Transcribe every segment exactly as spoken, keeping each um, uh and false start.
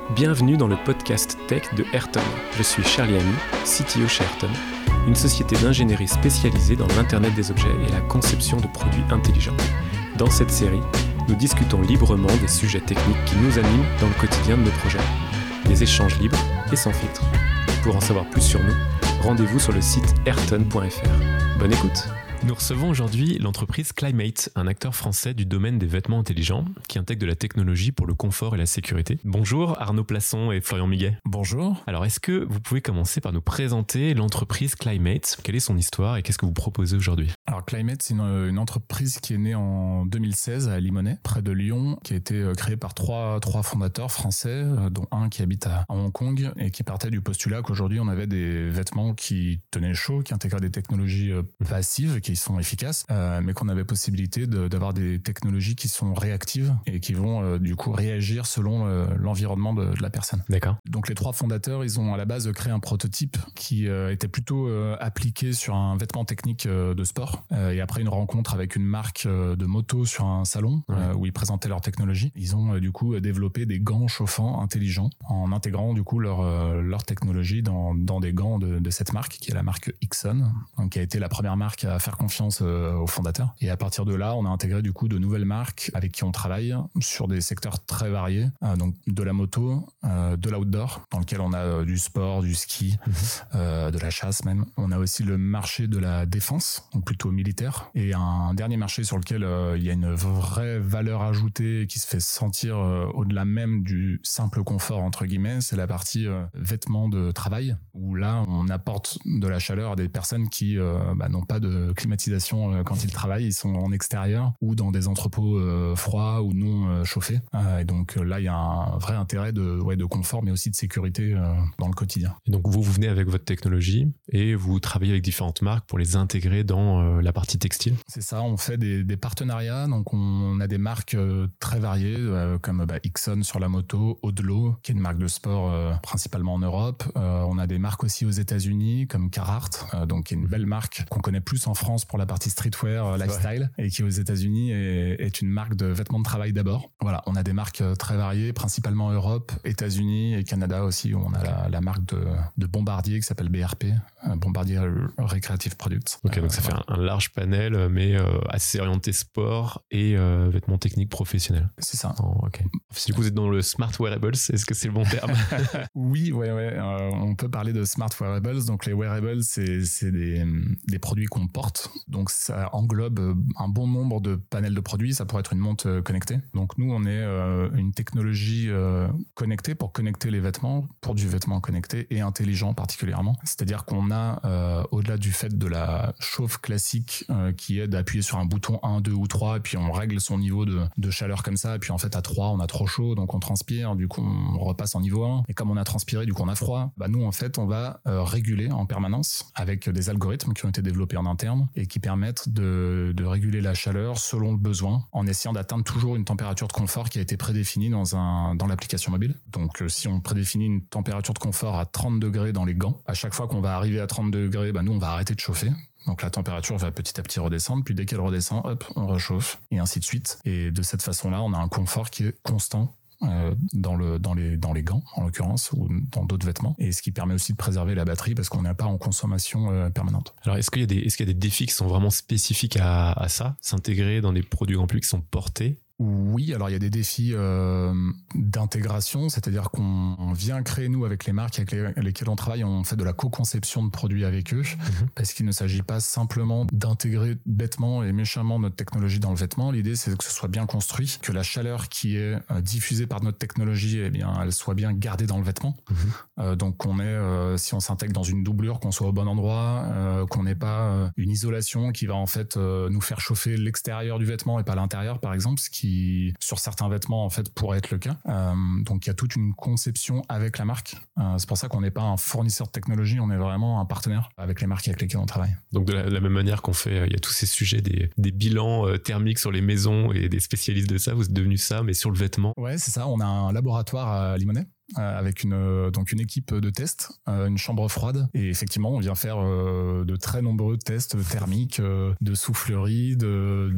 Bienvenue dans le podcast Tech de Ayrton. Je suis Charlie Ami, C T O chez Ayrton, une société d'ingénierie spécialisée dans l'Internet des objets et la conception de produits intelligents. Dans cette série, nous discutons librement des sujets techniques qui nous animent dans le quotidien de nos projets. Des échanges libres et sans filtre. Pour en savoir plus sur nous, rendez-vous sur le site ayrton point f r. Bonne écoute! Nous recevons aujourd'hui l'entreprise Climate, un acteur français du domaine des vêtements intelligents qui intègre de la technologie pour le confort et la sécurité. Bonjour Arnaud Plasson et Florian Miguet. Bonjour. Alors est-ce que vous pouvez commencer par nous présenter l'entreprise Climate? Quelle est son histoire et qu'est-ce que vous proposez aujourd'hui? Alors Climate, c'est une, une entreprise qui est née en deux mille seize à Limonest, près de Lyon, qui a été créée par trois, trois fondateurs français, dont un qui habite à, à Hong Kong et qui partait du postulat qu'aujourd'hui on avait des vêtements qui tenaient chaud, qui intégraient des technologies passives, qui sont efficaces, euh, mais qu'on avait possibilité de, d'avoir des technologies qui sont réactives et qui vont euh, du coup réagir selon euh, l'environnement de, de la personne. D'accord. Donc les trois fondateurs, ils ont à la base créé un prototype qui euh, était plutôt euh, appliqué sur un vêtement technique euh, de sport. Euh, et après une rencontre avec une marque euh, de moto sur un salon ouais. euh, où ils présentaient leur technologie, ils ont euh, du coup développé des gants chauffants intelligents en intégrant du coup leur euh, leur technologie dans dans des gants de, de cette marque qui est la marque Ixon, donc qui a été la première marque à faire confiance euh, aux fondateurs. Et à partir de là, on a intégré du coup de nouvelles marques avec qui on travaille sur des secteurs très variés, euh, donc de la moto, euh, de l'outdoor, dans lequel on a euh, du sport, du ski, mmh. euh, de la chasse même. On a aussi le marché de la défense, donc plutôt militaire, et un dernier marché sur lequel euh, il y a une vraie valeur ajoutée qui se fait sentir euh, au-delà même du simple confort entre guillemets, c'est la partie euh, vêtements de travail, où là on apporte de la chaleur à des personnes qui euh, bah, n'ont pas de climatisation euh, quand ils travaillent, ils sont en extérieur ou dans des entrepôts euh, froids ou non euh, chauffés. Euh, et donc là, il y a un vrai intérêt de, ouais, de confort, mais aussi de sécurité euh, dans le quotidien. Et donc vous, vous venez avec votre technologie et vous travaillez avec différentes marques pour les intégrer dans euh, la partie textile. C'est ça, on fait des, des partenariats. Donc on, on a des marques euh, très variées, euh, comme bah, Ixon sur la moto, Odlo, qui est une marque de sport euh, principalement en Europe. Euh, on a des marques aussi aux États-Unis, comme Carhartt, euh, donc qui est une belle marque qu'on connaît plus en France pour la partie streetwear, euh, lifestyle, ouais. et qui aux États-Unis est, est une marque de vêtements de travail d'abord. Voilà, on a des marques très variées, principalement Europe, États-Unis et Canada aussi, où on a la, la marque de, de Bombardier qui s'appelle B R P, euh, Bombardier Recreative Products. Ok, euh, donc ça voilà. fait un, un large panel, mais euh, assez orienté sport et euh, vêtements techniques professionnels. C'est ça. Oh, ok. Du coup, vous êtes dans le smart wearables, est-ce que c'est le bon terme? Oui, ouais, ouais. Euh, on peut parler de smart wearables. Donc les wearables, c'est, c'est des, des produits qu'on porte. Donc ça englobe un bon nombre de panels de produits. Ça pourrait être une montre connectée. Donc nous, on est euh, une technologie euh, connectée pour connecter les vêtements, pour du vêtement connecté et intelligent particulièrement. C'est-à-dire qu'on a, euh, au-delà du fait de la chauffe classique euh, qui est d'appuyer sur un bouton un, deux ou trois et puis on règle son niveau de, de chaleur comme ça. Et puis en fait, à trois, on a trop chaud, donc on transpire. Du coup, on repasse en niveau un. Et comme on a transpiré, du coup, on a froid. Bah nous, en fait, on va euh, réguler en permanence avec des algorithmes qui ont été développés en interne et qui permettent de, de réguler la chaleur selon le besoin en essayant d'atteindre toujours une température de confort qui a été prédéfinie dans, un, dans l'application mobile. Donc euh, si on prédéfinit une température de confort à trente degrés dans les gants, à chaque fois qu'on va arriver à trente degrés, bah nous on va arrêter de chauffer. Donc la température va petit à petit redescendre, puis dès qu'elle redescend, hop, on réchauffe, et ainsi de suite. Et de cette façon-là, on a un confort qui est constant Euh, dans le dans les dans les gants en l'occurrence ou dans d'autres vêtements, et ce qui permet aussi de préserver la batterie parce qu'on n'est pas en consommation euh, permanente. Alors est-ce qu'il y a des est-ce qu'il y a des défis qui sont vraiment spécifiques à à ça, s'intégrer dans des produits grand public qui sont portés? Oui, alors il y a des défis euh, d'intégration, c'est-à-dire qu'on vient créer, nous, avec les marques avec les, lesquelles on travaille, on fait de la co-conception de produits avec eux, mmh. parce qu'il ne s'agit pas simplement d'intégrer bêtement et méchamment notre technologie dans le vêtement. L'idée, c'est que ce soit bien construit, que la chaleur qui est euh, diffusée par notre technologie, eh bien, elle soit bien gardée dans le vêtement. Mmh. Euh, donc, qu'on ait, euh, si on s'intègre dans une doublure, qu'on soit au bon endroit, euh, qu'on n'ait pas euh, une isolation qui va en fait euh, nous faire chauffer l'extérieur du vêtement et pas l'intérieur, par exemple, ce qui qui, sur certains vêtements, en fait, pourrait être le cas. Euh, donc, il y a toute une conception avec la marque. Euh, c'est pour ça qu'on n'est pas un fournisseur de technologie, on est vraiment un partenaire avec les marques avec lesquelles on travaille. Donc, de la, de la même manière qu'on fait, il y a tous ces sujets des, des bilans euh, thermiques sur les maisons et des spécialistes de ça, vous êtes devenu ça, mais sur le vêtement. Ouais, c'est ça. On a un laboratoire à Limonest. Euh, avec une euh, donc une équipe de tests, euh, une chambre froide, et effectivement on vient faire euh, de très nombreux tests thermiques, euh, de soufflerie, de, de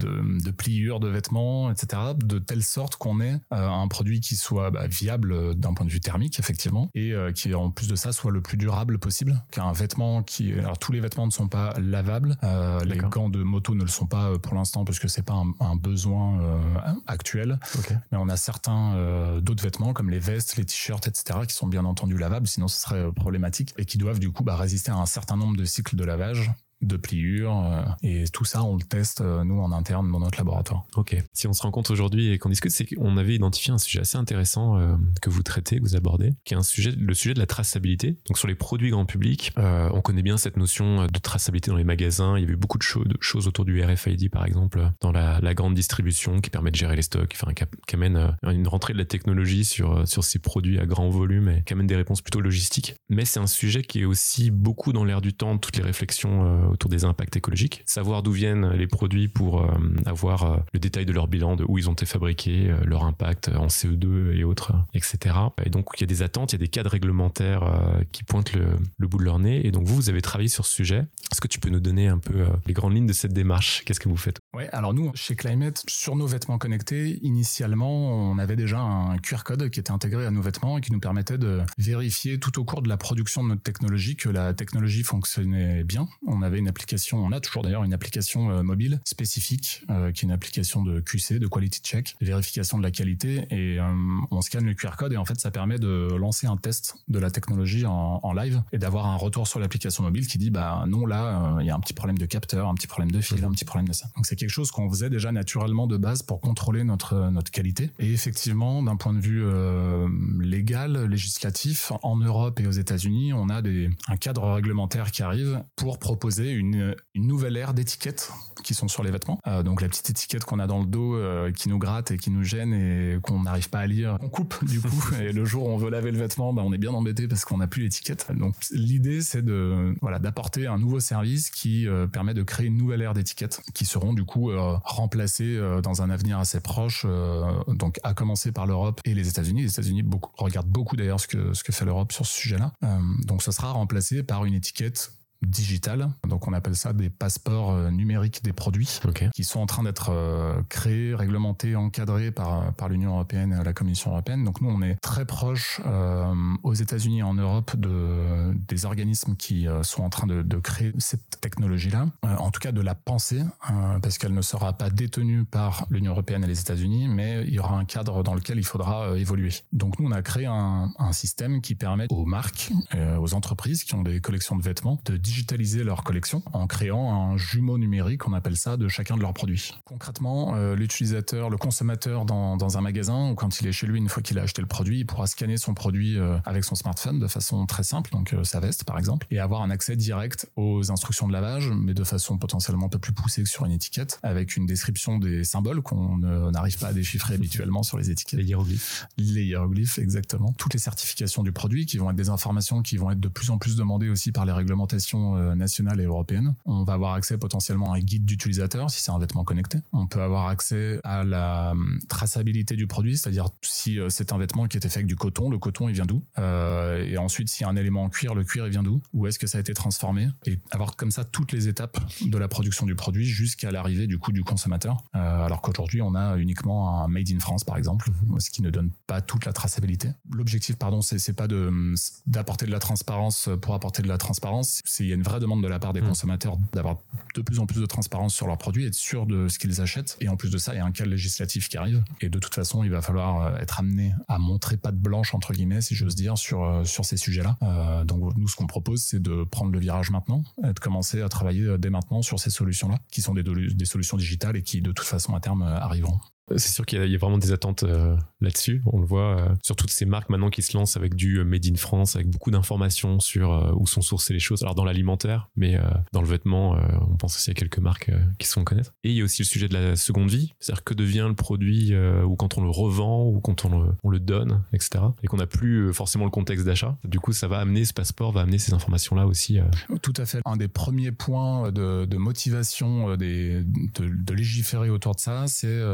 de pliure de vêtements, et cetera, de telle sorte qu'on ait euh, un produit qui soit bah, viable d'un point de vue thermique, effectivement, et euh, qui, en plus de ça, soit le plus durable possible. Qu'un vêtement qui... Alors, tous les vêtements ne sont pas lavables. Euh, les gants de moto ne le sont pas euh, pour l'instant parce que c'est pas un, un besoin euh, actuel. Okay. Mais on a certains euh, d'autres vêtements comme les vestes, les t-shirts, et cetera, qui sont bien entendu lavables, sinon ce serait euh, problématique, et qui doivent du coup bah, résister à un certain nombre de cycles de lavage, de pliure, euh, et tout ça on le teste euh, nous en interne dans notre laboratoire. Ok. Si on se rencontre aujourd'hui et qu'on discute, c'est qu'on avait identifié un sujet assez intéressant euh, que vous traitez, que vous abordez, qui est un sujet, le sujet de la traçabilité. Donc sur les produits grand public, euh, on connaît bien cette notion de traçabilité dans les magasins. Il y avait beaucoup de, cho- de choses autour du R F I D par exemple, dans la, la grande distribution qui permet de gérer les stocks, enfin qui, qui amène euh, une rentrée de la technologie sur sur ces produits à grand volume et qui amène des réponses plutôt logistiques. Mais c'est un sujet qui est aussi beaucoup dans l'air du temps, toutes les réflexions euh, autour des impacts écologiques, savoir d'où viennent les produits pour euh, avoir euh, le détail de leur bilan, de où ils ont été fabriqués, euh, leur impact en C O deux et autres, et cetera. Et donc il y a des attentes, il y a des cadres réglementaires euh, qui pointent le, le bout de leur nez. Et donc vous, vous avez travaillé sur ce sujet. Est-ce que tu peux nous donner un peu euh, les grandes lignes de cette démarche? Qu'est-ce que vous faites? Ouais, alors nous, chez Climate, sur nos vêtements connectés, initialement, on avait déjà un Q R code qui était intégré à nos vêtements et qui nous permettait de vérifier tout au cours de la production de notre technologie que la technologie fonctionnait bien. On avait une application, on a toujours d'ailleurs une application euh, mobile spécifique euh, qui est une application de Q C, de quality check, de vérification de la qualité, et euh, on scanne le Q R code et en fait ça permet de lancer un test de la technologie en, en live et d'avoir un retour sur l'application mobile qui dit bah non là il euh, y a un petit problème de capteur, un petit problème de fil, mmh. un petit problème de ça. Donc c'est quelque chose qu'on faisait déjà naturellement de base pour contrôler notre notre qualité. Et effectivement, d'un point de vue euh, légal, législatif, en Europe et aux États-Unis, on a des un cadre réglementaire qui arrive pour proposer une une nouvelle ère d'étiquettes qui sont sur les vêtements. Euh, donc la petite étiquette qu'on a dans le dos euh, qui nous gratte et qui nous gêne et qu'on n'arrive pas à lire, on coupe du coup. Et le jour où on veut laver le vêtement, bah, on est bien embêté parce qu'on n'a plus l'étiquette. Donc l'idée c'est de voilà d'apporter un nouveau service qui euh, permet de créer une nouvelle ère d'étiquettes qui seront du coup euh, remplacées euh, dans un avenir assez proche. Euh, donc à commencer par l'Europe et les États-Unis. Les États-Unis beaucoup, regardent beaucoup d'ailleurs ce que ce que fait l'Europe sur ce sujet-là. Euh, donc ce sera remplacé par une étiquette digital. Donc on appelle ça des passeports euh, numériques des produits okay. qui sont en train d'être euh, créés, réglementés, encadrés par par l'Union européenne et la Commission européenne. Donc nous on est très proche euh, aux États-Unis et en Europe de des organismes qui euh, sont en train de, de créer cette technologie-là. Euh, en tout cas de la penser euh, parce qu'elle ne sera pas détenue par l'Union européenne et les États-Unis, mais il y aura un cadre dans lequel il faudra euh, évoluer. Donc nous on a créé un, un système qui permet aux marques, euh, aux entreprises qui ont des collections de vêtements de digitaliser leur collection en créant un jumeau numérique, on appelle ça, de chacun de leurs produits. Concrètement, euh, l'utilisateur, le consommateur dans, dans un magasin, ou quand il est chez lui, une fois qu'il a acheté le produit, il pourra scanner son produit euh, avec son smartphone de façon très simple, donc euh, sa veste par exemple, et avoir un accès direct aux instructions de lavage, mais de façon potentiellement un peu plus poussée que sur une étiquette, avec une description des symboles qu'on euh, n'arrive pas à déchiffrer habituellement sur les étiquettes. Les hiéroglyphes. Les hiéroglyphes, exactement. Toutes les certifications du produit qui vont être des informations qui vont être de plus en plus demandées aussi par les réglementations nationale et européenne. On va avoir accès potentiellement à un guide d'utilisateur si c'est un vêtement connecté. On peut avoir accès à la traçabilité du produit, c'est-à-dire si c'est un vêtement qui était fait avec du coton, le coton il vient d'où, euh, et ensuite s'il y a un élément en cuir, le cuir il vient d'où, où est-ce que ça a été transformé, et avoir comme ça toutes les étapes de la production du produit jusqu'à l'arrivée du coup du consommateur, euh, alors qu'aujourd'hui on a uniquement un made in France par exemple, ce qui ne donne pas toute la traçabilité. L'objectif pardon c'est, c'est pas de, d'apporter de la transparence pour apporter de la transparence, c'est il y a une vraie demande de la part des mmh. consommateurs d'avoir de plus en plus de transparence sur leurs produits, être sûr de ce qu'ils achètent, et en plus de ça il y a un cadre législatif qui arrive, et de toute façon il va falloir être amené à montrer patte blanche entre guillemets si j'ose dire sur, sur ces sujets-là. Euh, donc nous ce qu'on propose c'est de prendre le virage maintenant et de commencer à travailler dès maintenant sur ces solutions-là qui sont des, des solutions digitales et qui de toute façon à terme arriveront. C'est sûr qu'il y a, il y a vraiment des attentes euh, là-dessus. On le voit euh, sur toutes ces marques maintenant qui se lancent avec du Made in France, avec beaucoup d'informations sur euh, où sont sourcées les choses. Alors dans l'alimentaire, mais euh, dans le vêtement, euh, on pense aussi à quelques marques euh, qui se font connaître. Et il y a aussi le sujet de la seconde vie, c'est-à-dire que devient le produit euh, ou quand on le revend ou quand on le, on le donne, et cetera. Et qu'on n'a plus forcément le contexte d'achat. Du coup, ça va amener, ce passeport va amener ces informations-là aussi. Euh. Tout à fait. Un des premiers points de, de motivation des, de, de légiférer autour de ça, c'est euh, dire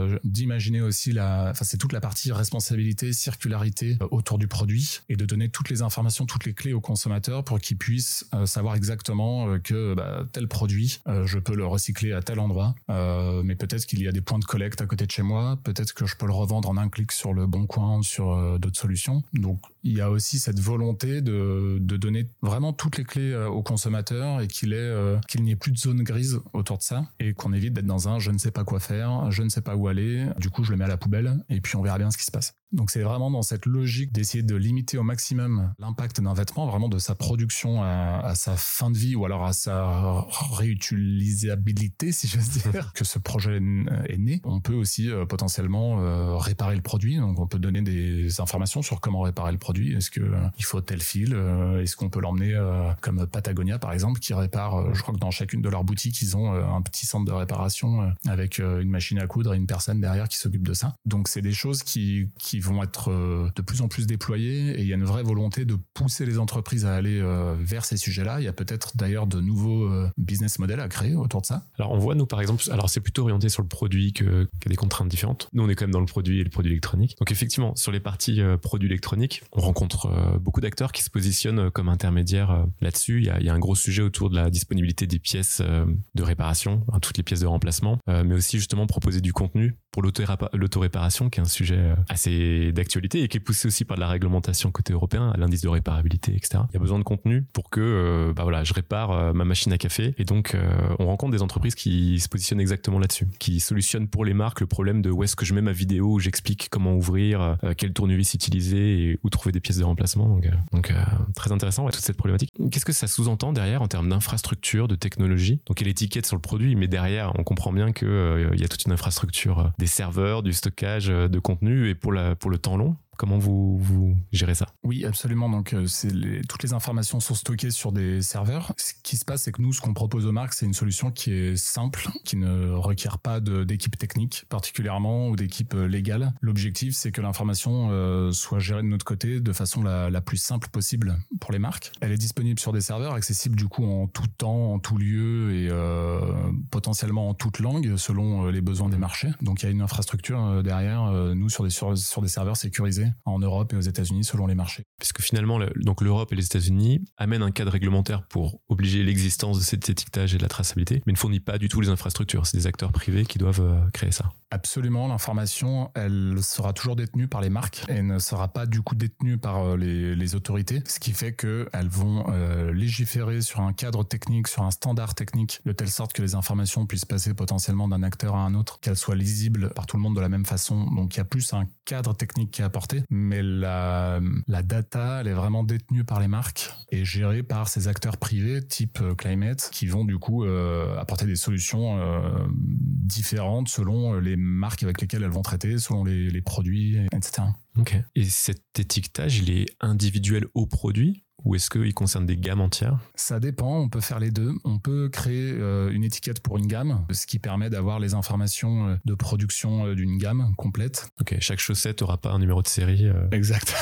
d'imaginer aussi la, enfin c'est toute la partie responsabilité, circularité euh, autour du produit et de donner toutes les informations, toutes les clés aux consommateurs pour qu'ils puissent euh, savoir exactement euh, que bah, tel produit, euh, je peux le recycler à tel endroit, euh, mais peut-être qu'il y a des points de collecte à côté de chez moi, peut-être que je peux le revendre en un clic sur le Bon Coin ou sur euh, d'autres solutions. Donc il y a aussi cette volonté de, de donner vraiment toutes les clés euh, aux consommateurs et qu'il ait, euh, qu'il n'y ait plus de zone grise autour de ça et qu'on évite d'être dans un je ne sais pas quoi faire, je ne sais pas où aller, du coup je le mets à la poubelle et puis on verra bien ce qui se passe. Donc c'est vraiment dans cette logique d'essayer de limiter au maximum l'impact d'un vêtement, vraiment de sa production à, à sa fin de vie ou alors à sa réutilisabilité, si j'ose dire, que ce projet est né. On peut aussi euh, potentiellement euh, réparer le produit, donc on peut donner des informations sur comment réparer le produit. Est-ce que euh, il faut tel fil, euh, est-ce qu'on peut l'emmener euh, comme Patagonia par exemple, qui répare, euh, je crois que dans chacune de leurs boutiques, ils ont euh, un petit centre de réparation euh, avec euh, une machine à coudre et une personne derrière qui s'occupe de ça. Donc c'est des choses qui, qui vont être euh, de plus en plus déployées et il y a une vraie volonté de pousser les entreprises à aller euh, vers ces sujets-là. Il y a peut-être d'ailleurs de nouveaux euh, business models à créer autour de ça. Alors on voit nous par exemple, alors c'est plutôt orienté sur le produit que, qu'il y a des contraintes différentes. Nous on est quand même dans le produit et le produit électronique. Donc effectivement sur les parties euh, produits électroniques, on rencontre euh, beaucoup d'acteurs qui se positionnent comme intermédiaires euh, là-dessus. Il y, a, il y a un gros sujet autour de la disponibilité des pièces euh, de réparation, hein, toutes les pièces de remplacement, euh, mais aussi justement proposer du contenu pour l'auto-réparation, qui est un sujet assez d'actualité et qui est poussé aussi par de la réglementation côté européen, l'indice de réparabilité, et cetera. Il y a besoin de contenu pour que euh, bah voilà, je répare euh, ma machine à café. Et donc, euh, on rencontre des entreprises qui se positionnent exactement là-dessus, qui solutionnent pour les marques le problème de où est-ce que je mets ma vidéo, où j'explique comment ouvrir, euh, quel tournevis utiliser et où trouver des pièces de remplacement. Donc, euh, donc euh, très intéressant, ouais, toute cette problématique. Qu'est-ce que ça sous-entend derrière en termes d'infrastructure, de technologie? Donc, il y a l'étiquette sur le produit, mais derrière, on comprend bien qu'il euh, y a toute une infrastructure, euh, des serveurs, du stockage euh, de contenu et pour, la, pour le temps long. Comment vous, vous gérez ça? Oui, absolument. Donc, euh, c'est les, toutes les informations sont stockées sur des serveurs. Ce qui se passe, c'est que nous, ce qu'on propose aux marques, c'est une solution qui est simple, qui ne requiert pas de, d'équipe technique particulièrement ou d'équipe légale. L'objectif, c'est que l'information euh, soit gérée de notre côté de façon la, la plus simple possible pour les marques. Elle est disponible sur des serveurs, accessible du coup en tout temps, en tout lieu et euh, potentiellement en toute langue selon les besoins des marchés. Donc, il y a une infrastructure euh, derrière, euh, nous, sur des, sur, sur des serveurs sécurisés en Europe et aux États-Unis selon les marchés. Puisque finalement, le, donc l'Europe et les États-Unis amènent un cadre réglementaire pour obliger l'existence de cet étiquetage et de la traçabilité, mais ne fournit pas du tout les infrastructures. C'est des acteurs privés qui doivent euh, créer ça. Absolument, l'information, elle sera toujours détenue par les marques et ne sera pas du coup détenue par les, les autorités, ce qui fait qu'elles vont euh, légiférer sur un cadre technique, sur un standard technique, de telle sorte que les informations puissent passer potentiellement d'un acteur à un autre, qu'elles soient lisibles par tout le monde de la même façon. Donc il y a plus un cadre technique qui est apporté, mais la, la data, elle est vraiment détenue par les marques et gérée par ces acteurs privés type Climate qui vont du coup euh, apporter des solutions euh, différentes selon les marques avec lesquelles elles vont traiter, selon les, les produits, et cetera. Ok. Et cet étiquetage, il est individuel au produit? Ou est-ce qu'il concerne des gammes entières? Ça dépend, on peut faire les deux. On peut créer euh, une étiquette pour une gamme, ce qui permet d'avoir les informations de production euh, d'une gamme complète. Ok, chaque chaussette n'aura pas un numéro de série. Euh... Exact.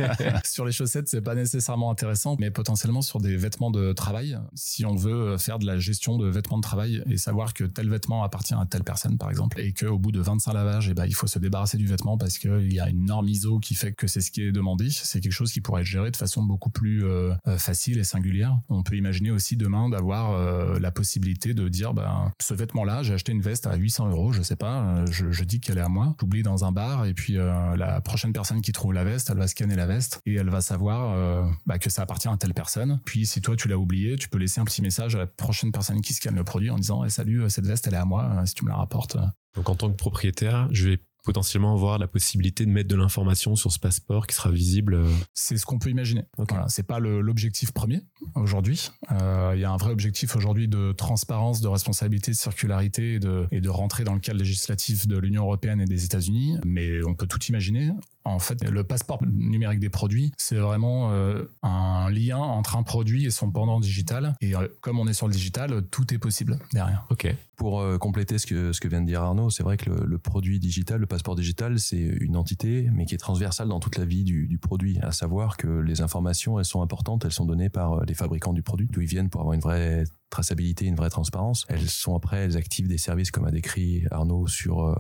Sur les chaussettes, c'est pas nécessairement intéressant, mais potentiellement sur des vêtements de travail, si on veut faire de la gestion de vêtements de travail et savoir que tel vêtement appartient à telle personne, par exemple, et qu'au bout de vingt-cinq lavages, eh ben, il faut se débarrasser du vêtement parce qu'il y a une norme I S O qui fait que c'est ce qui est demandé, c'est quelque chose qui pourrait être géré de façon beaucoup plus Euh, facile et singulière. On peut imaginer aussi demain d'avoir euh, la possibilité de dire ben, ce vêtement-là, j'ai acheté une veste à huit cents euros, je sais pas, euh, je, je dis qu'elle est à moi, j'oublie dans un bar et puis euh, la prochaine personne qui trouve la veste, elle va scanner la veste et elle va savoir euh, bah, que ça appartient à telle personne. Puis si toi tu l'as oublié, tu peux laisser un petit message à la prochaine personne qui scanne le produit en disant hey, salut, cette veste elle est à moi, si tu me la rapportes. Donc en tant que propriétaire, je vais potentiellement avoir la possibilité de mettre de l'information sur ce passeport qui sera visible. C'est ce qu'on peut imaginer. Okay. Voilà, c'est pas le, l'objectif premier aujourd'hui. Euh, il y a un vrai objectif aujourd'hui de transparence, de responsabilité, de circularité et de, et de rentrer dans le cadre législatif de l'Union européenne et des États-Unis. Mais on peut tout imaginer. En fait, le passeport numérique des produits, c'est vraiment euh, un lien entre un produit et son pendant digital. Et euh, comme on est sur le digital, tout est possible derrière. Ok. Pour euh, compléter ce que, ce que vient de dire Arnaud, c'est vrai que le, le produit digital, le passeport digital, c'est une entité, mais qui est transversale dans toute la vie du, du produit. À savoir que les informations, elles sont importantes, elles sont données par les fabricants du produit, d'où ils viennent pour avoir une vraie traçabilité, une vraie transparence. Elles sont après, elles activent des services comme a décrit Arnaud sur euh, le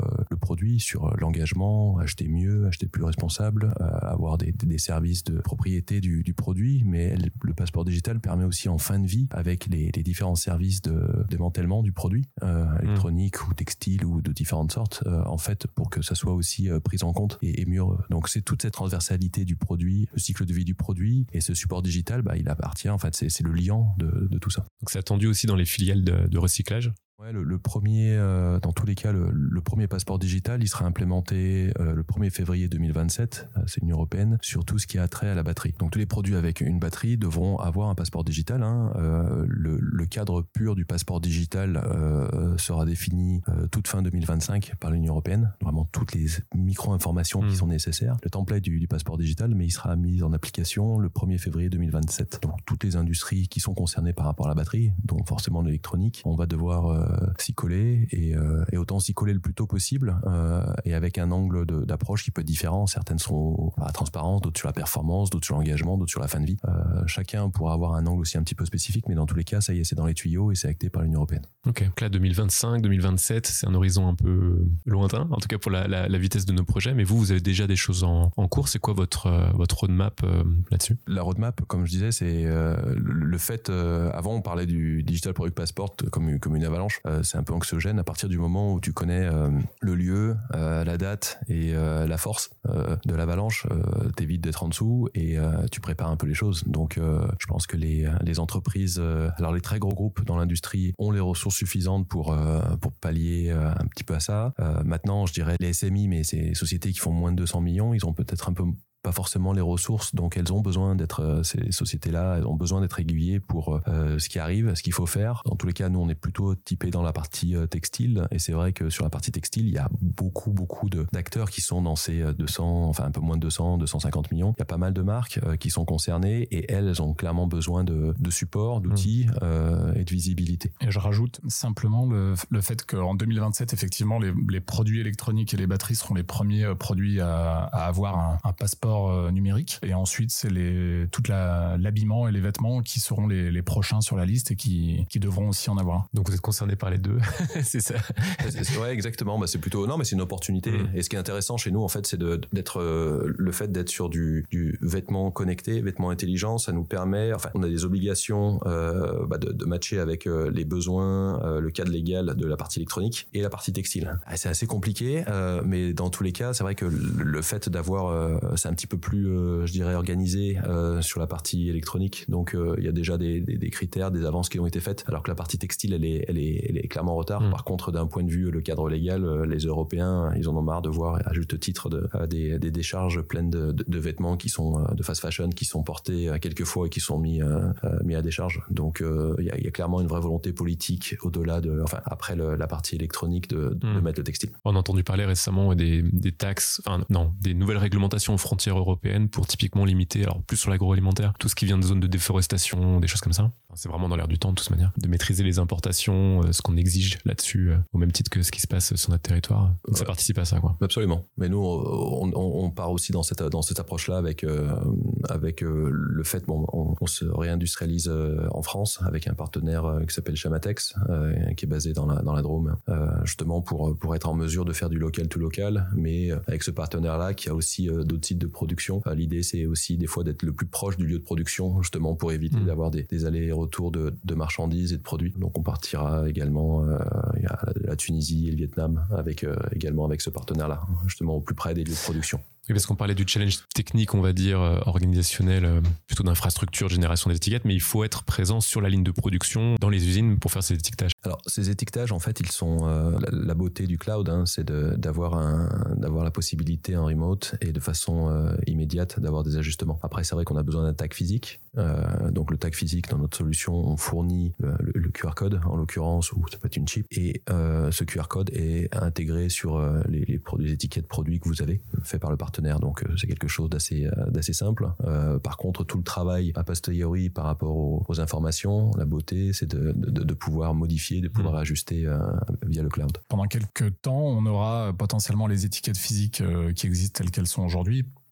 produit, sur l'engagement, acheter mieux, acheter plus responsable, euh, avoir des, des services de propriété du, du produit, mais le passeport digital permet aussi en fin de vie, avec les, les différents services de démantèlement du produit, euh, électronique mmh. ou textile ou de différentes sortes, euh, en fait, pour que ça soit aussi euh, pris en compte et, et mieux. Donc c'est toute cette transversalité du produit, le cycle de vie du produit, et ce support digital, bah, il appartient, en fait, c'est, c'est le liant de, de tout ça. Donc c'est attendu aussi dans les filiales de, de recyclage. Ouais, le, le premier, euh, dans tous les cas, le, le premier passeport digital, il sera implémenté euh, le premier février deux mille vingt-sept, euh, c'est l'Union européenne, sur tout ce qui a trait à la batterie. Donc tous les produits avec une batterie devront avoir un passeport digital. Hein. Euh, le, le cadre pur du passeport digital euh, sera défini euh, toute fin deux mille vingt-cinq par l'Union européenne. Vraiment toutes les micro-informations mmh. qui sont nécessaires. Le template du, du passeport digital, mais il sera mis en application le premier février deux mille vingt-sept. Donc toutes les industries qui sont concernées par rapport à la batterie, dont forcément l'électronique, on va devoir euh, s'y coller et, euh, et autant s'y coller le plus tôt possible euh, et avec un angle de, d'approche qui peut être différent. Certaines seront à la transparence, d'autres sur la performance, d'autres sur l'engagement, d'autres sur la fin de vie. Euh, chacun pourra avoir un angle aussi un petit peu spécifique, mais dans tous les cas, ça y est, c'est dans les tuyaux et c'est acté par l'Union européenne. Ok, donc là deux mille vingt-cinq, deux mille vingt-sept, c'est un horizon un peu lointain, en tout cas pour la, la, la vitesse de nos projets, mais vous, vous avez déjà des choses en, en cours. C'est quoi votre, euh, votre roadmap euh, là-dessus ? La roadmap, comme je disais, c'est euh, le fait, euh, avant on parlait du Digital Product Passport comme, comme une avalanche. Euh, c'est un peu anxiogène à partir du moment où tu connais euh, le lieu, euh, la date et euh, la force euh, de l'avalanche, euh, t'évites d'être en dessous et euh, tu prépares un peu les choses. Donc euh, je pense que les, les entreprises, euh, alors les très gros groupes dans l'industrie ont les ressources suffisantes pour, euh, pour pallier euh, un petit peu à ça. Euh, maintenant, je dirais les S M I, mais c'est les sociétés qui font moins de deux cents millions, ils ont peut-être un peu pas forcément les ressources, donc elles ont besoin d'être, ces sociétés-là, elles ont besoin d'être aiguillées pour euh, ce qui arrive, ce qu'il faut faire. Dans tous les cas, nous, on est plutôt typé dans la partie euh, textile, et c'est vrai que sur la partie textile, il y a beaucoup, beaucoup de, d'acteurs qui sont dans ces deux cents, enfin un peu moins de deux cents, deux cent cinquante millions. Il y a pas mal de marques euh, qui sont concernées, et elles, elles ont clairement besoin de, de support, d'outils mmh. euh, et de visibilité. Et je rajoute simplement le, le fait qu'en deux mille vingt-sept, effectivement, les, les produits électroniques et les batteries seront les premiers produits à, à avoir un, un passeport numérique, et ensuite c'est les, toute la, l'habillement et les vêtements qui seront les, les prochains sur la liste et qui, qui devront aussi en avoir. Donc vous êtes concerné par les deux. C'est ça. C'est, c'est, ouais, exactement. Bah, c'est plutôt, non, mais c'est une opportunité. Mmh. Et ce qui est intéressant chez nous, en fait, c'est de, d'être, euh, le fait d'être sur du, du vêtement connecté, vêtement intelligent, ça nous permet, enfin, on a des obligations euh, bah, de, de matcher avec euh, les besoins, euh, le cadre légal de la partie électronique et la partie textile. Ah, c'est assez compliqué, euh, mais dans tous les cas, c'est vrai que le, le fait d'avoir, euh, c'est un petit peu plus, euh, je dirais, organisé euh, sur la partie électronique. Donc, il euh, y a déjà des, des, des critères, des avances qui ont été faites, alors que la partie textile, elle est, elle est, elle est clairement en retard. Mmh. Par contre, d'un point de vue le cadre légal, euh, les Européens, ils en ont marre de voir, à juste titre, de, euh, des, des décharges pleines de, de, de vêtements qui sont euh, de fast fashion, qui sont portés euh, quelques fois et qui sont mis, euh, euh, mis à décharge. Donc, il euh, y, a, y a clairement une vraie volonté politique au-delà de, enfin, après le, la partie électronique de, de, mmh. de mettre le textile. On a entendu parler récemment des, des taxes, enfin non, des nouvelles réglementations aux frontières européennes pour typiquement limiter, alors plus sur l'agroalimentaire, tout ce qui vient de zones de déforestation, des choses comme ça. C'est vraiment dans l'air du temps de toute manière, de maîtriser les importations, euh, ce qu'on exige là-dessus, euh, au même titre que ce qui se passe sur notre territoire. Donc ouais. Ça participe à ça, quoi. Absolument. Mais nous, on, on, on part aussi dans cette, dans cette approche-là avec, euh, avec euh, le fait, bon, on, on se réindustrialise euh, en France avec un partenaire euh, qui s'appelle Chamatex, euh, qui est basé dans la, dans la Drôme, euh, justement pour, pour être en mesure de faire du local to local, mais avec ce partenaire-là qui a aussi euh, d'autres sites de production. Euh, l'idée, c'est aussi des fois d'être le plus proche du lieu de production, justement pour éviter mmh. d'avoir des, des allers-retours de, de marchandises et de produits. Donc on partira également euh, à la Tunisie et le Vietnam avec euh, également avec ce partenaire-là, justement au plus près des lieux de production. Oui, parce qu'on parlait du challenge technique, on va dire, euh, organisationnel, euh, plutôt d'infrastructure, génération des étiquettes, mais il faut être présent sur la ligne de production, dans les usines, pour faire ces étiquetages. Alors, ces étiquetages, en fait, ils sont... Euh, la, la beauté du cloud, hein, c'est de, d'avoir, un, d'avoir la possibilité en remote et de façon euh, immédiate d'avoir des ajustements. Après, c'est vrai qu'on a besoin d'un tag physique. Euh, donc, le tag physique, dans notre solution, on fournit euh, le, le Q R code, en l'occurrence, ou ça peut être une chip. Et euh, ce Q R code est intégré sur euh, les, les, produits, les étiquettes produits que vous avez, fait par le partenaire. Donc euh, c'est quelque chose d'assez, euh, d'assez simple. Euh, par contre, tout le travail a posteriori par rapport aux, aux informations, la beauté, c'est de, de, de pouvoir modifier, de pouvoir mmh. ajuster euh, via le cloud. Pendant quelques temps, on aura potentiellement les étiquettes physiques euh, qui existent telles qu'elles sont aujourd'hui.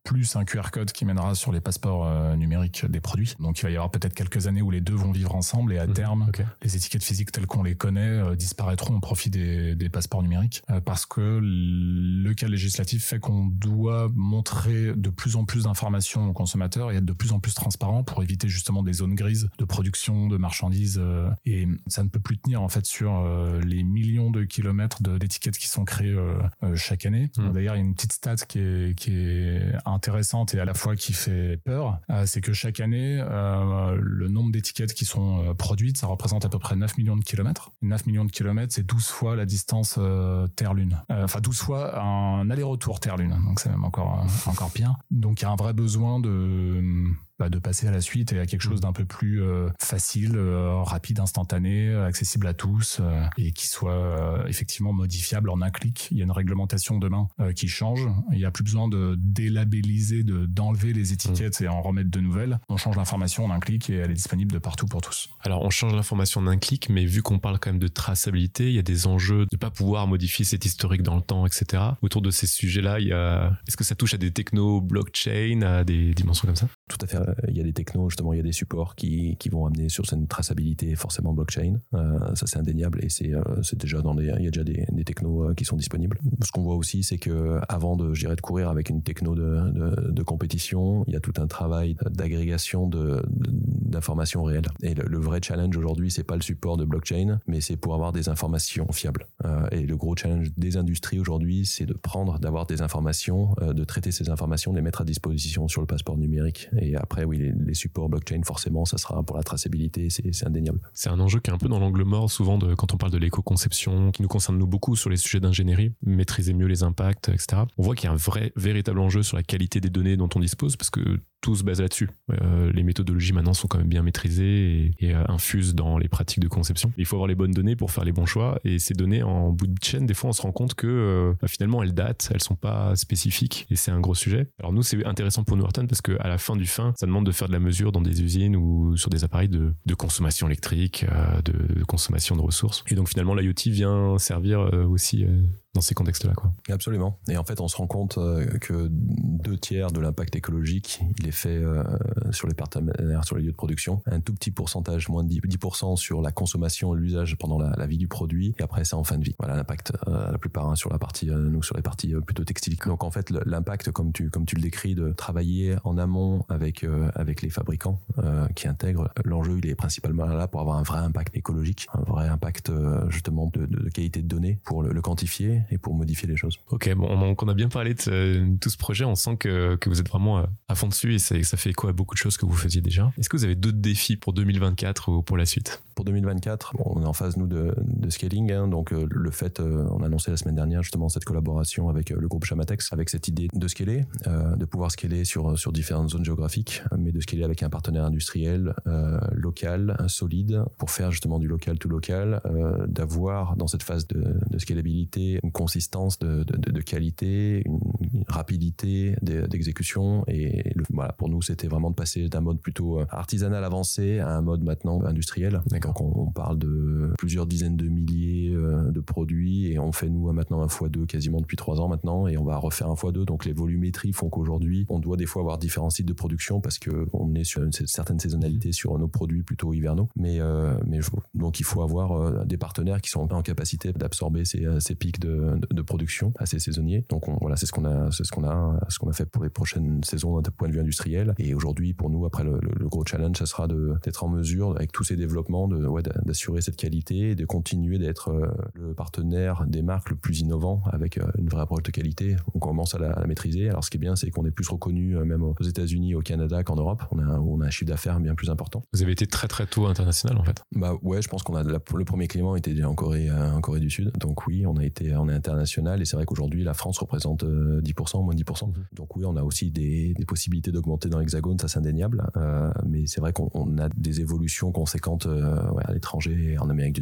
plus un Q R code qui mènera sur les passeports euh, numériques des produits. Donc il va y avoir peut-être quelques années où les deux vont vivre ensemble et à mmh, terme, okay. les étiquettes physiques telles qu'on les connaît euh, disparaîtront au profit des, des passeports numériques euh, parce que le cadre législatif fait qu'on doit montrer de plus en plus d'informations aux consommateurs et être de plus en plus transparent pour éviter justement des zones grises de production, de marchandises euh, et ça ne peut plus tenir en fait sur euh, les millions de kilomètres de, d'étiquettes qui sont créées euh, euh, chaque année. Mmh. D'ailleurs, il y a une petite stat qui est, qui est intéressante et à la fois qui fait peur, euh, c'est que chaque année, euh, le nombre d'étiquettes qui sont euh, produites, ça représente à peu près neuf millions de kilomètres. neuf millions de kilomètres, c'est douze fois la distance euh, Terre-Lune. Euh, enfin, douze fois un aller-retour Terre-Lune. Donc, c'est même encore, euh, encore pire. Donc, il y a un vrai besoin de... Bah, de passer à la suite et à quelque chose d'un peu plus euh, facile, euh, rapide, instantané, accessible à tous euh, et qui soit euh, effectivement modifiable en un clic. Il y a une réglementation demain euh, qui change. Il n'y a plus besoin de délabelliser, de, d'enlever les étiquettes mmh. et en remettre de nouvelles. On change l'information en un clic et elle est disponible de partout pour tous. Alors on change l'information en un clic, mais vu qu'on parle quand même de traçabilité, il y a des enjeux de ne pas pouvoir modifier cet historique dans le temps, et cetera. Autour de ces sujets-là, il y a... est-ce que ça touche à des technos blockchain, à des dimensions comme ça ? Tout à fait. Il y a des technos, justement, il y a des supports qui, qui vont amener sur cette traçabilité forcément blockchain. Euh, ça, c'est indéniable et c'est, euh, c'est déjà dans les, il y a déjà des, des technos qui sont disponibles. Ce qu'on voit aussi, c'est que avant de, je dirais, de courir avec une techno de, de, de compétition, il y a tout un travail d'agrégation de, de, d'informations réelles. Et le, le vrai challenge aujourd'hui, c'est pas le support de blockchain, mais c'est pour avoir des informations fiables. Euh, et le gros challenge des industries aujourd'hui, c'est de prendre, d'avoir des informations, euh, de traiter ces informations, de les mettre à disposition sur le passeport numérique. Et après, oui, les, les supports blockchain, forcément, ça sera pour la traçabilité, c'est, c'est indéniable. C'est un enjeu qui est un peu dans l'angle mort, souvent, de, quand on parle de l'éco-conception, qui nous concerne nous beaucoup sur les sujets d'ingénierie, maîtriser mieux les impacts, et cetera. On voit qu'il y a un vrai, véritable enjeu sur la qualité des données dont on dispose, parce que tout se base là-dessus. Euh, les méthodologies maintenant sont quand même bien maîtrisées et, et euh, infusent dans les pratiques de conception. Il faut avoir les bonnes données pour faire les bons choix, et ces données en bout de chaîne, des fois on se rend compte que euh, bah, finalement elles datent, elles sont pas spécifiques, et c'est un gros sujet. Alors nous, c'est intéressant pour nous Ayrton parce qu'à la fin du fin, ça demande de faire de la mesure dans des usines ou sur des appareils de, de consommation électrique, euh, de, de consommation de ressources. Et donc finalement l'I O T vient servir euh, aussi euh, dans ces contextes-là, quoi. Absolument. Et en fait, on se rend compte euh, que deux tiers de l'impact écologique, il est fait euh, sur les partenaires, sur les lieux de production. Un tout petit pourcentage, moins de dix pour cent sur la consommation et l'usage pendant la, la vie du produit. Et après, c'est en fin de vie. Voilà l'impact, euh, la plupart hein, sur la partie, euh, nous, sur les parties euh, plutôt textiles. Donc en fait, l'impact, comme tu, comme tu le décris, de travailler en amont avec, euh, avec les fabricants euh, qui intègrent, l'enjeu, il est principalement là pour avoir un vrai impact écologique, un vrai impact euh, justement de, de qualité de données pour le, le quantifier et pour modifier les choses. Ok, bon, donc on a bien parlé de, ce, de tout ce projet, on sent que, que vous êtes vraiment à fond dessus et ça, ça fait écho à beaucoup de choses que vous faisiez déjà. Est-ce que vous avez d'autres défis pour deux mille vingt-quatre ou pour la suite ? Pour deux mille vingt-quatre, bon, on est en phase, nous, de, de scaling, hein, donc euh, le fait, euh, on a annoncé la semaine dernière justement cette collaboration avec euh, le groupe Chamatex, avec cette idée de scaler, euh, de pouvoir scaler sur, sur différentes zones géographiques, mais de scaler avec un partenaire industriel euh, local, solide, pour faire justement du local to local, euh, d'avoir dans cette phase de, de scalabilité une consistance de, de, de qualité, une, une rapidité d'exécution. Et le, voilà, pour nous, c'était vraiment de passer d'un mode plutôt artisanal avancé à un mode maintenant industriel. D'accord. Donc, on, on parle de plusieurs dizaines de milliers de produits et on fait, nous, maintenant un fois deux quasiment depuis trois ans maintenant et on va refaire un fois deux. Donc, les volumétries font qu'aujourd'hui, on doit des fois avoir différents sites de production parce qu'on est sur une certaine saisonnalité sur nos produits plutôt hivernaux. Mais, euh, mais donc, il faut avoir des partenaires qui sont en capacité d'absorber ces, ces pics de, de, de production assez saisonniers. Donc on, voilà, c'est ce qu'on a, c'est ce qu'on a, ce qu'on a fait pour les prochaines saisons d'un point de vue industriel. Et aujourd'hui, pour nous, après le, le, le gros challenge, ça sera de, d'être en mesure, avec tous ces développements, de, ouais, d'assurer cette qualité et de continuer d'être euh, le partenaire des marques le plus innovant avec euh, une vraie approche de qualité. On commence à la, à la maîtriser. Alors ce qui est bien, c'est qu'on est plus reconnu euh, même aux États-Unis, au Canada qu'en Europe. On a, on a un chiffre d'affaires bien plus important. Vous avez été très très tôt international en fait. Bah ouais, je pense qu'on a la, le premier client était déjà en Corée, euh, en Corée du Sud. Donc oui, on a été, on est international et c'est vrai qu'aujourd'hui la France représente euh, dix pour cent, moins dix pour cent. Donc oui, on a aussi des, des possibilités d'augmenter dans l'Hexagone, ça c'est indéniable. Euh, mais c'est vrai qu'on on a des évolutions conséquentes euh, ouais, à l'étranger et en Amérique du Nord.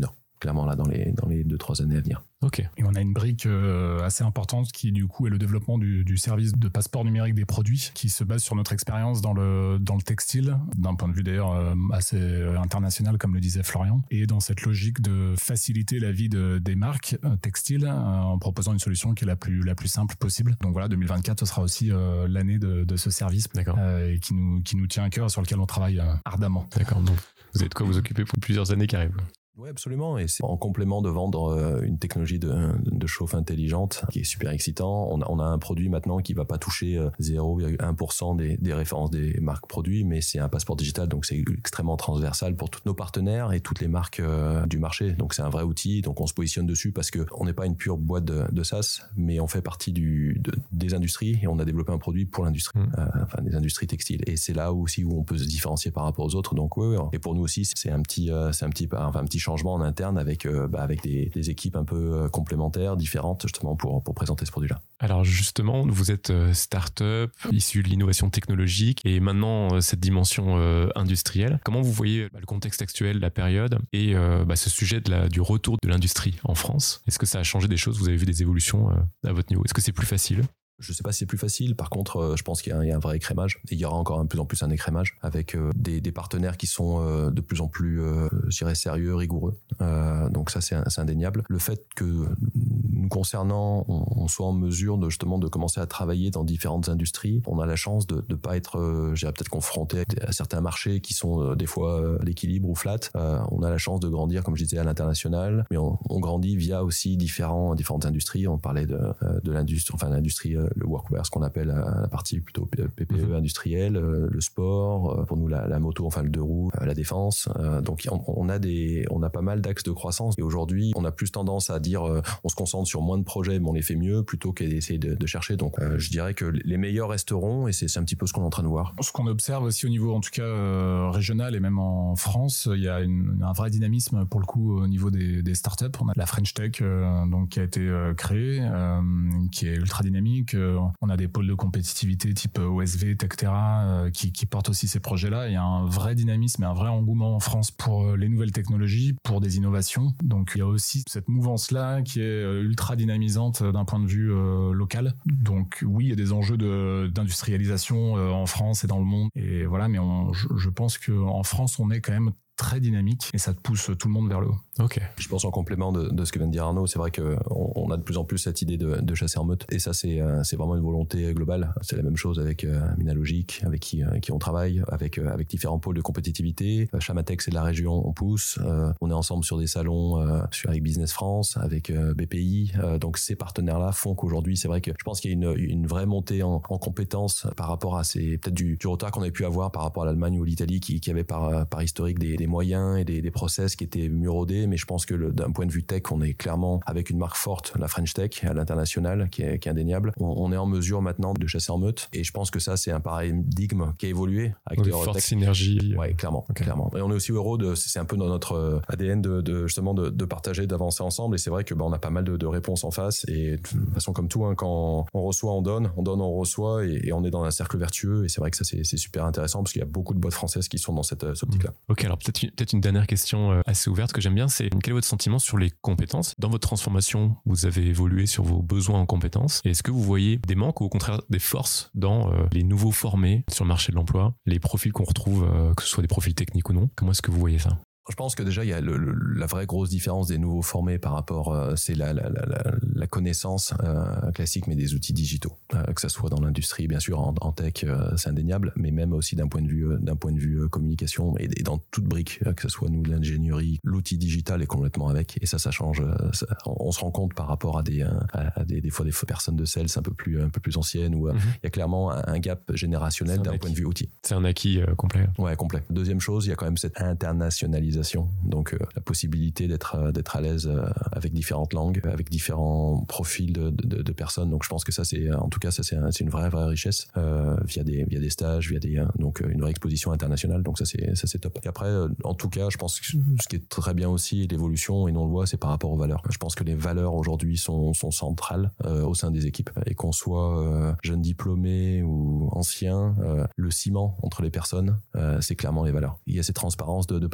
clairement là dans les dans les deux trois années à venir. Ok. Et on a une brique euh, assez importante qui du coup est le développement du, du service de passeport numérique des produits qui se base sur notre expérience dans le dans le textile, d'un point de vue d'ailleurs euh, assez international comme le disait Florian, et dans cette logique de faciliter la vie de, des marques euh, textiles euh, en proposant une solution qui est la plus la plus simple possible. Donc voilà, deux mille vingt-quatre ce sera aussi euh, l'année de, de ce service euh, et qui nous qui nous tient à cœur et sur lequel on travaille euh, ardemment. D'accord. Donc vous avez de quoi vous occuper pour plusieurs années qui arrivent. Oui, absolument. Et c'est en complément de vendre une technologie de, de chauffe intelligente qui est super excitant. On a, on a un produit maintenant qui va pas toucher zéro virgule un pour cent des, des références des marques produits, mais c'est un passeport digital, donc c'est extrêmement transversal pour tous nos partenaires et toutes les marques euh, du marché. Donc c'est un vrai outil. Donc on se positionne dessus parce que on n'est pas une pure boîte de, de SaaS, mais on fait partie du, de, des industries et on a développé un produit pour l'industrie, mmh. euh, enfin des industries textiles. Et c'est là aussi où on peut se différencier par rapport aux autres. Donc oui, et pour nous aussi, c'est un petit, euh, c'est un petit, enfin un petit changement en interne avec euh, bah, avec des, des équipes un peu euh, complémentaires, différentes justement pour pour présenter ce produit-là. Alors justement, vous êtes euh, start-up issu de l'innovation technologique et maintenant euh, cette dimension euh, industrielle. Comment vous voyez bah, le contexte actuel, la période et euh, bah, ce sujet de la, du retour de l'industrie en France? Est-ce que ça a changé des choses? Vous avez vu des évolutions euh, à votre niveau? Est-ce que c'est plus facile? Je sais pas si c'est plus facile. Par contre, je pense qu'il y a un, il y a un vrai écrémage. Et il y aura encore de plus en plus un écrémage avec euh, des, des partenaires qui sont euh, de plus en plus, euh, je dirais, sérieux, rigoureux. Euh, donc ça, c'est, c'est indéniable. Le fait que nous concernant, on, on soit en mesure de justement de commencer à travailler dans différentes industries, on a la chance de ne pas être, euh, je dirais peut-être confronté à certains marchés qui sont euh, des fois euh, l'équilibre ou flat. Euh, on a la chance de grandir, comme je disais, à l'international, mais on, on grandit via aussi différents, différentes industries. On parlait de, de l'industrie, enfin l'industrie le workwear, ce qu'on appelle la partie plutôt P P E industrielle, le sport, pour nous la, la moto, enfin le deux roues, la défense. Donc on a des, on a pas mal d'axes de croissance. Et aujourd'hui, on a plus tendance à dire, on se concentre sur moins de projets, mais on les fait mieux, plutôt qu'à essayer de, de chercher. Donc je dirais que les meilleurs resteront, et c'est, c'est un petit peu ce qu'on est en train de voir. Ce qu'on observe aussi au niveau, en tout cas euh, régional et même en France, il y a une, un vrai dynamisme pour le coup au niveau des, des startups. On a la French Tech, euh, donc qui a été euh, créée, euh, qui est ultra dynamique. On a des pôles de compétitivité type O S V, Tectera euh, qui, qui portent aussi ces projets-là. Il y a un vrai dynamisme et un vrai engouement en France pour les nouvelles technologies, pour des innovations. Donc il y a aussi cette mouvance-là qui est ultra dynamisante d'un point de vue euh, local. Donc oui, il y a des enjeux de, d'industrialisation euh, en France et dans le monde. Et voilà, mais on, je, je pense qu'en France, on est quand même très dynamique et ça te pousse tout le monde vers le haut. Ok. Je pense en complément de, de ce que vient de dire Arnaud, c'est vrai que on, on a de plus en plus cette idée de, de chasser en meute et ça c'est euh, c'est vraiment une volonté globale. C'est la même chose avec euh, Minalogic, avec qui euh, qui on travaille, avec euh, avec différents pôles de compétitivité. Euh, Chamatech c'est de la région, on pousse. Euh, on est ensemble sur des salons euh, sur avec Business France, avec euh, B P I. Euh, donc ces partenaires là font qu'aujourd'hui c'est vrai que je pense qu'il y a une une vraie montée en, en compétences par rapport à ces peut-être du, du retard qu'on avait pu avoir par rapport à l'Allemagne ou l'Italie qui qui avait par par historique des, des moyens et des, des process qui étaient mieux rodés, mais je pense que le, d'un point de vue tech, on est clairement avec une marque forte, la French Tech à l'international, qui est, qui est indéniable. On, on est en mesure maintenant de chasser en meute, et je pense que ça, c'est un paradigme qui a évolué avec oui, de forte tech. synergie. Ouais, clairement, okay. clairement. Et on est aussi heureux de, c'est un peu dans notre A D N de, de justement de, de partager, d'avancer ensemble, et c'est vrai que bah, on a pas mal de, de réponses en face, et de toute façon comme tout, hein, quand on reçoit, on donne, on donne, on reçoit, et, et on est dans un cercle vertueux, et c'est vrai que ça c'est, c'est super intéressant parce qu'il y a beaucoup de boîtes françaises qui sont dans cette, cette optique-là. Ok, alors peut-être une, peut-être une dernière question assez ouverte que j'aime bien, c'est quel est votre sentiment sur les compétences? Dans votre transformation, vous avez évolué sur vos besoins en compétences. Et est-ce que vous voyez des manques ou au contraire des forces dans euh, les nouveaux formés sur le marché de l'emploi, les profils qu'on retrouve, euh, que ce soit des profils techniques ou non? Comment est-ce que vous voyez ça? Je pense que déjà il y a le, le, la vraie grosse différence des nouveaux formés par rapport, euh, c'est la, la, la, la connaissance euh, classique, mais des outils digitaux, euh, que ça soit dans l'industrie, bien sûr, en, en tech, euh, c'est indéniable, mais même aussi d'un point de vue, euh, d'un point de vue euh, communication et, et dans toute brique, euh, que ce soit nous l'ingénierie, l'outil digital est complètement avec, et ça, ça change. Euh, ça, on, on se rend compte par rapport à des, euh, à, à des, des fois des personnes de sales un peu plus, un peu plus anciennes où euh, mm-hmm. il y a clairement un, un gap générationnel d'un acquis. Point de vue outil. C'est un acquis euh, complet. Ouais, complet. Deuxième chose, il y a quand même cette internationalisation. Donc euh, la possibilité d'être euh, d'être à l'aise euh, avec différentes langues, avec différents profils de, de, de personnes. Donc je pense que ça c'est en tout cas ça c'est, un, c'est une vraie vraie richesse euh, via des via des stages, via des donc une vraie exposition internationale. Donc ça c'est ça c'est top. Et après euh, en tout cas je pense que ce qui est très bien aussi l'évolution et nous on le voit c'est par rapport aux valeurs. Je pense que les valeurs aujourd'hui sont sont centrales euh, au sein des équipes et qu'on soit euh, jeune diplômé ou ancien, euh, le ciment entre les personnes euh, c'est clairement les valeurs. Il y a cette transparence de, de partage de valeurs.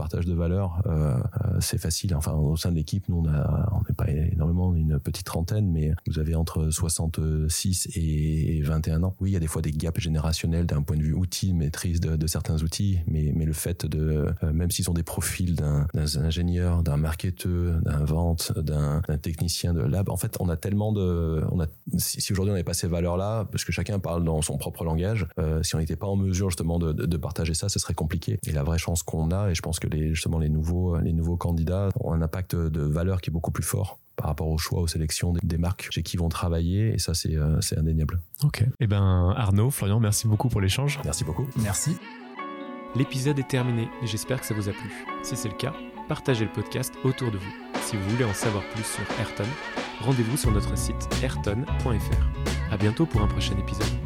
valeur, euh, c'est facile. Enfin, au sein de l'équipe, nous, on a, on n'est pas énormément, une petite trentaine, mais vous avez entre soixante-six et vingt et un ans. Oui, il y a des fois des gaps générationnels d'un point de vue outil, maîtrise de, de certains outils, mais, mais le fait de, euh, même s'ils ont des profils d'un, d'un ingénieur, d'un marketeur, d'un vente, d'un, d'un technicien de lab, en fait, on a tellement de, on a, si, si aujourd'hui on n'avait pas ces valeurs-là, parce que chacun parle dans son propre langage, euh, si on n'était pas en mesure justement de, de, de partager ça, ce serait compliqué. Et la vraie chance qu'on a, et je pense que les, justement les nouveaux, les nouveaux candidats ont un impact de valeur qui est beaucoup plus fort par rapport au choix, aux sélections des, des marques chez qui ils vont travailler, et ça c'est, euh, c'est indéniable. Ok. Eh ben Arnaud, Florian, merci beaucoup pour l'échange. Merci beaucoup. Merci. L'épisode est terminé et j'espère que ça vous a plu. Si c'est le cas, partagez le podcast autour de vous. Si vous voulez en savoir plus sur Ayrton, rendez-vous sur notre site ayrton point f r. À bientôt pour un prochain épisode.